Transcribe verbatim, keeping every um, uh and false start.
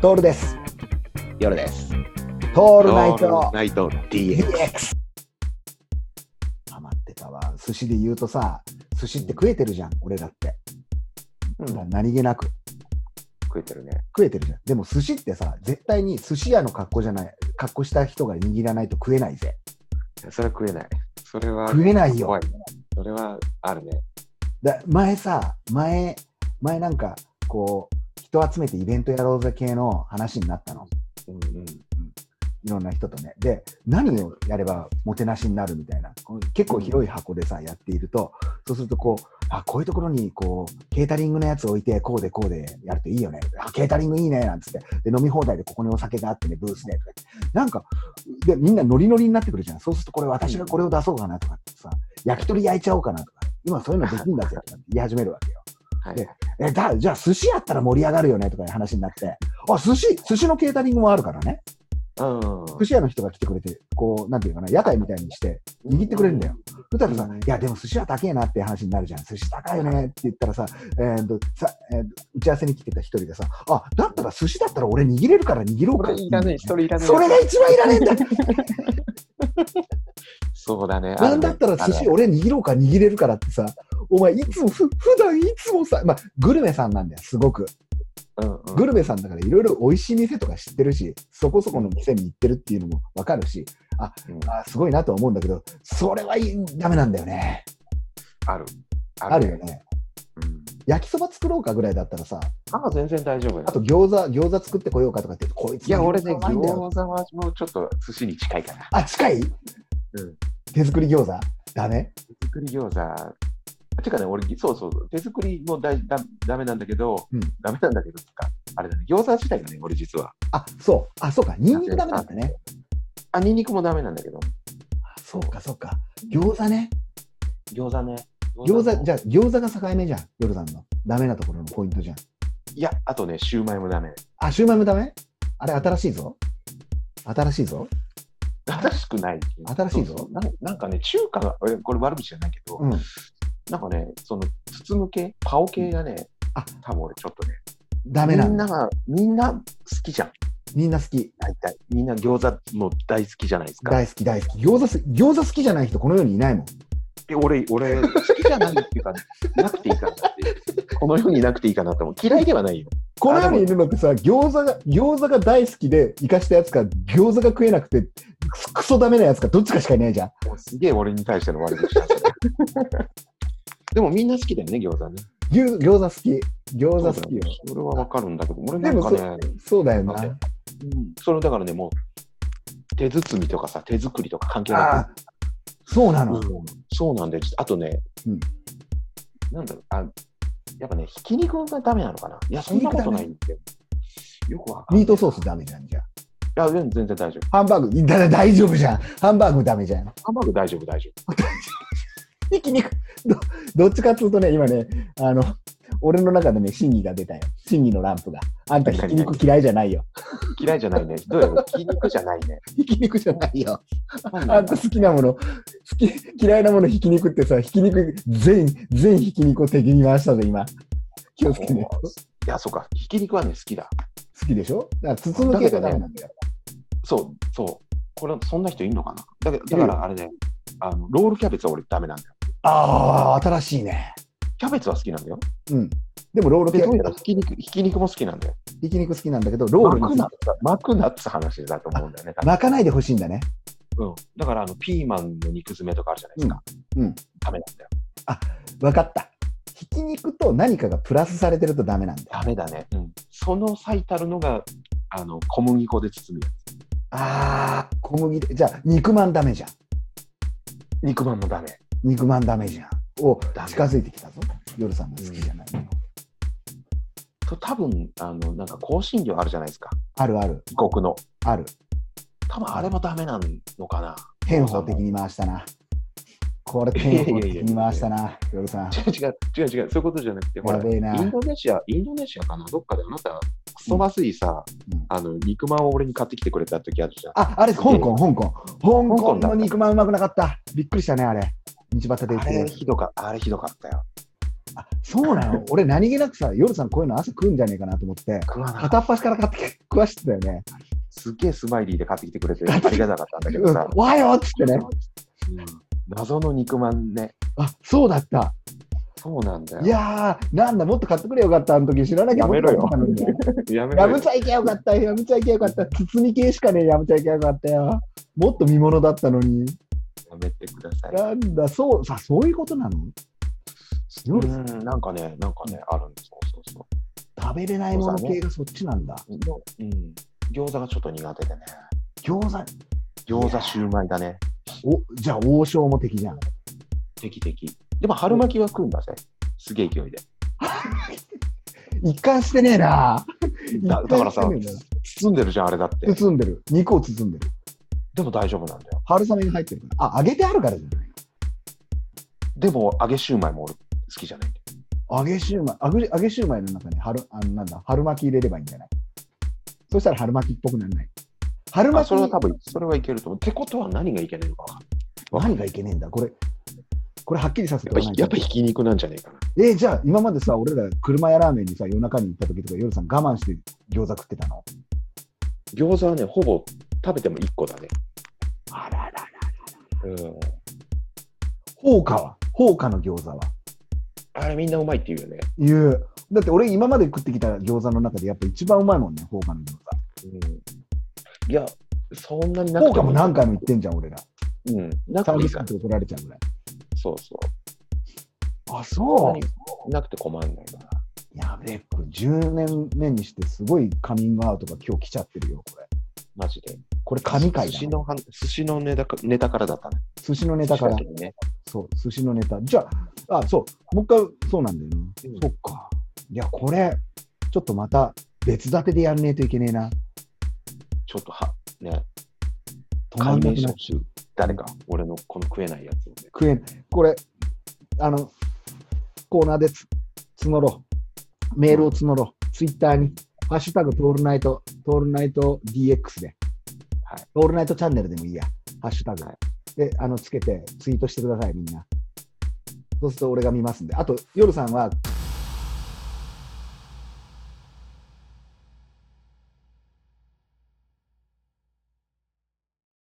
トールです。 夜です。 トールナイトナイト ディーエックス。 ハマってたわ。寿司で言うとさ、寿司って食えてるじゃん、俺だって。うん、何気なく。 食えてるね。 食えてるじゃん。でも寿司ってさ、絶対に寿司屋の格好じゃない、格好した人が握らないと食えないぜ。 それは食えない。それは食えないよ。 怖い。それはあるね。 だ前さ、前、前なんか、こう、人集めてイベントやろうぜ系の話になったの。うんうんうん、いろんな人とね。で、何をやればもてなしになるみたいな。結構広い箱でさ、やっていると、そうするとこう、あ、こういうところにこう、ケータリングのやつ置いて、こうでこうでやるといいよね。あ、ケータリングいいね、なんつって。で、飲み放題でここにお酒があってね、ブースでとか。なんか、で、みんなノリノリになってくるじゃん。そうするとこれ私がこれを出そうかなとかってさ、焼き鳥焼いちゃおうかなとか。今そういうのできるんだぜとかって言い始めるわけよ。はい、でえだじゃあ寿司やったら盛り上がるよねとかいう話になって、あ、寿司、寿司のケータリングもあるからね。うん、寿司屋の人が来てくれて、こう、なんていうかな、屋台みたいにして握ってくれるんだよ。そしたらさ、いや、でも寿司は高えなって話になるじゃん。寿司高いよねって言ったらさ、えー、とさ、えー、打ち合わせに来てた一人がさ、あ、だったら寿司だったら俺握れるから握ろうかって、ね。 いらねえ、それいらねえ。 それが一番いらねえんだ。 そうだね。 なんだったら寿司俺握ろうか握れるからってさ、お前いつもふ普段いつもさ、まあグルメさんなんだよ、すごく。うんうん、グルメさんだからいろいろ美味しい店とか知ってるし、そこそこの店に行ってるっていうのもわかるし、あ、うん、あ、すごいなと思うんだけど、それはダメなんだよね。 ある。 あるよね。うん、焼きそば作ろうかぐらいだったらさ、 あ、全然大丈夫よ。 あと餃子、餃子作ってこようかとかって、こいついや、俺ね、餃子はもうちょっと寿司に近いかな。 あ、近い？うん。手作り餃子ダメ？ 手作り餃子。てかね、俺、そうそう、手作りもだだダメなんだけど、うん、ダメなんだけどか、あれだね、餃子自体がね、俺実は。 あ、そう、あ、そうか、ニンニクダメなんだね。 あ、ニンニクもダメなんだけど。 あ、そうか、そうか。餃子ね。 餃子ね。 餃子、じゃあ、餃子が境目じゃん、夜さんの。ダメなところのポイントじゃん。 いや、あとね、シューマイもダメ。 あ、シューマイもダメ？あれ、新しいぞ。新しいぞ。 新しくない。 新しいぞ。 な, なんかね、中華が、これ悪口じゃないけど、うん、なんかね、その包む系、パオ系がね、あ、多分俺ちょっとね、 ダメなんだ。 みんなが、みんな好きじゃん。 みんな好き。 大体。みんな餃子も大好きじゃないですか。 大好き、大好き。餃子、餃子好きじゃない人、この世にいないもん。 え、俺、俺、好きじゃないっていうか、なくていいかなって。この世になくていいかなと思う。嫌いではないよ。 この世にいるのってさ、餃子が、餃子が大好きで生かしたやつか、餃子が食えなくて、クソダメなやつか、どっちかしかいないじゃん。 もうすげえ俺に対しての悪口だ。でもみんな好きだよね、餃子ね。 餃子好き。餃子好きよ。 それはわかるんだけど、俺なんかね。 そ, そうだよな。 うん。それだからね、もう、手包みとかさ、手作りとか関係なく。 そうなの、うん、 そうなんで、あとね、うん、なんだろう、あ、やっぱね、ひき肉がダメなのかな。いや、そんなことないんだよ。よくわかんない。 ミートソースダメじゃん、じゃあ。 いや、全然大丈夫。 ハンバーグ、だ大丈夫じゃん。ハンバーグダメじゃん。 ハンバーグ大丈夫、大丈夫。 ひき肉ど、どっちかっていうとね、今ね、あの、俺の中でね、審議が出たよ。審議のランプが。あんたひき肉嫌いじゃないよ。 嫌いじゃないね。どうやろう、ひき肉じゃないね。 ひき肉じゃないよ。あんた好きなもの、好き、嫌いなものひき肉ってさ、ひき肉、全、全ひき肉を敵に回したぜ、今。気をつけて。いや、そうか。ひき肉はね、好きだ。 好きでしょ？だから包む系がダメなんだよ。 そう、そう。これ、そんな人いんのかな？だから、だからあれね、あの、ロールキャベツは俺ダメなんだよ。 ああ、新しいね。 キャベツは好きなんだよ。 うん。でもロールキャベツ。 ひき肉、ひき肉も好きなんだよ。 ひき肉好きなんだけど、ロールに。 巻くなって話だと思うんだよね。 巻かないでほしいんだね。 うん。だから、あの、ピーマンの肉詰めとかあるじゃないですか。うん。うん、ダメなんだよ。 あ、わかった。ひき肉と何かがプラスされてるとダメなんだよ。 ダメだね。うん。その最たるのが、あの、小麦粉で包むやつ。 ああ、小麦で。じゃあ、肉まんダメじゃん。 肉まんもダメ。 肉まんダメじゃん。お、近づいてきたぞ。夜さんが好きじゃない。 と、多分、あの、なんか香辛料あるじゃないですか。 あるある。 異国の。 ある。 多分あれもダメなのかな。 天保的に回したな。これ天保的に回したな、夜さん。 違う違う、違う違う、そういうことじゃなくて、ほら、インドネシア、インドネシアかな、どっかであなた、クソまずいさ、うん、あの、肉まんを俺に買ってきてくれた時あるじゃん。 あ、あれ、香港、香港。香港の肉まんうまくなかった。びっくりしたね、あれ。道端で。 あれひどかった、あれひどかったよ。 あ、そうなの俺何気なくさ、夜さんこういうの朝食うんじゃねえかなと思って、片っ端から買って食わしてたよね。 すっげえスマイリーで買ってきてくれてありがたかったんだけどさ。 おはようっつってね、うん。 謎の肉まんね。 あ、そうだった。 そうなんだよ。 いやー、なんだ、もっと買ってくれよかった、あの時知らなきゃ。 やめろよ。 やめろよ。やむちゃいけよかった、やむちゃいけよかった。包み系しかねえ、やむちゃいけよかったよ。もっと見物だったのに。 やめてください。 なんだ、そう、さ、そういうことなの？ うん、なんかね、なんかね、あるんです。そうそうそう。 食べれないもの系がそっちなんだ。 うん。餃子がちょっと苦手でね。 餃子餃子シューマイだね。 お、じゃあ王将も敵じゃん。 敵敵。でも春巻きは食うんだぜ。すげえ勢いで。 一貫してねえな。 だ, だからさ、包んでるじゃん、あれだって。 包んでる。肉を包んでる。 でも大丈夫なんだよ。 春雨が入ってるから。あ、揚げてあるからじゃない。 でも揚げシューマイも俺好きじゃないんだよ。 揚げシューマイ、揚げ、揚げシューマイの中に春、あのなんだ、春巻き入れればいいんじゃない？そしたら春巻きっぽくならない。春巻き。 それは多分、それはいけると思う。ってことは何がいけないのか分かんない。何がいけねえんだこれ。これはっきりさせておかないと。 やっぱひき肉なんじゃねえかな。 えー、じゃあ今までさ、俺ら車やラーメンにさ、夜中に行った時とか夜さん我慢して餃子食ってたの？ 餃子はね、ほぼ食べてもいっこだね。 あららららら。 うん。 放火は放火の餃子はあれみんなうまいって言うよね。 言う。だって俺今まで食ってきた餃子の中でやっぱ一番うまいもんね、放火の餃子。 うん。いや、そんなになくても。 放火も何回も言ってんじゃん、俺ら。 うん。なくていいかって怒られちゃうぐらい。 そうそう。 あ、そう。 なくて困んないから。 やべえ、これじゅうねんめにしてすごいカミングアウトが今日来ちゃってるよ、これ。 マジで。 これ神回だ。 寿司の寿司のネタかネタからだったね。 寿司のネタから。ね、そう、寿司のネタ。じゃあ、あ、そう、もう一回、そうなんだよな。うん、そっか。いや、これ、ちょっとまた別立てでやんねえといけねえな。 ちょっとは、ね。 止まんなくなっちゃう。 誰か、俺のこの食えないやつをね。 食えん。これ、あの、コーナーでつ募ろう。メールを募ろう。ツイッターに、ハッシュタグトールナイト、トールナイト ディーエックス で。はい。トールナイトチャンネルでもいいや。ハッシュタグ。はい、で、あの、つけてツイートしてください、みんな。そうすると俺が見ますんで。あと、夜さんは